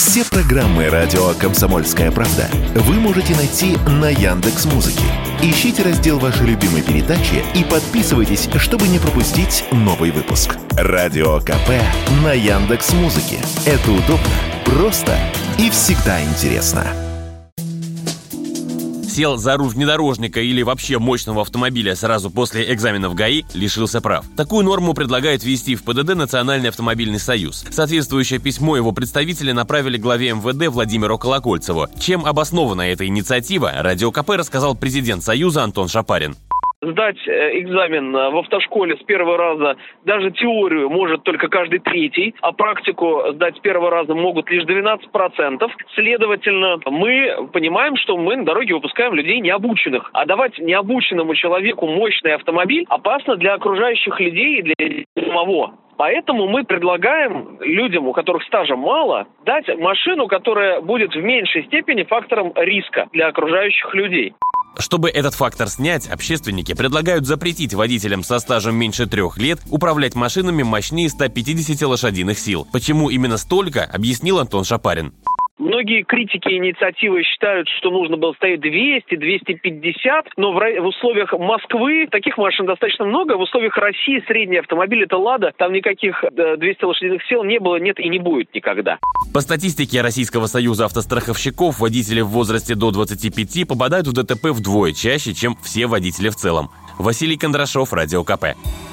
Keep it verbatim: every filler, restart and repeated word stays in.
Все программы радио «Комсомольская правда» вы можете найти на Яндекс.Музыке. Ищите раздел вашей любимой передачи и подписывайтесь, чтобы не пропустить новый выпуск. Радио КП на Яндекс.Музыке. Это удобно, просто и всегда интересно. Сел за руль внедорожника или вообще мощного автомобиля сразу после экзаменов ГАИ, лишился прав. Такую норму предлагает ввести в ПДД Национальный автомобильный союз. Соответствующее письмо его представители направили главе эм вэ дэ Владимиру Колокольцеву. Чем обоснована эта инициатива, Радио КП рассказал президент Союза Антон Шапарин. Сдать экзамен в автошколе с первого раза, даже теорию может только каждый третий, а практику сдать с первого раза могут лишь двенадцать процентов. Следовательно, мы понимаем, что мы на дороге выпускаем людей необученных. А давать необученному человеку мощный автомобиль опасно для окружающих людей и для самого. Поэтому мы предлагаем людям, у которых стажа мало, дать машину, которая будет в меньшей степени фактором риска для окружающих людей. Чтобы этот фактор снять, общественники предлагают запретить водителям со стажем меньше трех лет управлять машинами мощнее ста пятидесяти лошадиных сил. Почему именно столько, объяснил Антон Шапарин. Многие критики инициативы считают, что нужно было ставить двести - двести пятьдесят, но в, в условиях Москвы таких машин достаточно много. В условиях России средний автомобиль — это «Лада». Там никаких двухсот лошадиных сил не было, нет и не будет никогда. По статистике Российского союза автостраховщиков, водители в возрасте до двадцати пяти попадают в ДТП вдвое чаще, чем все водители в целом. Василий Кондрашов, Радио КП.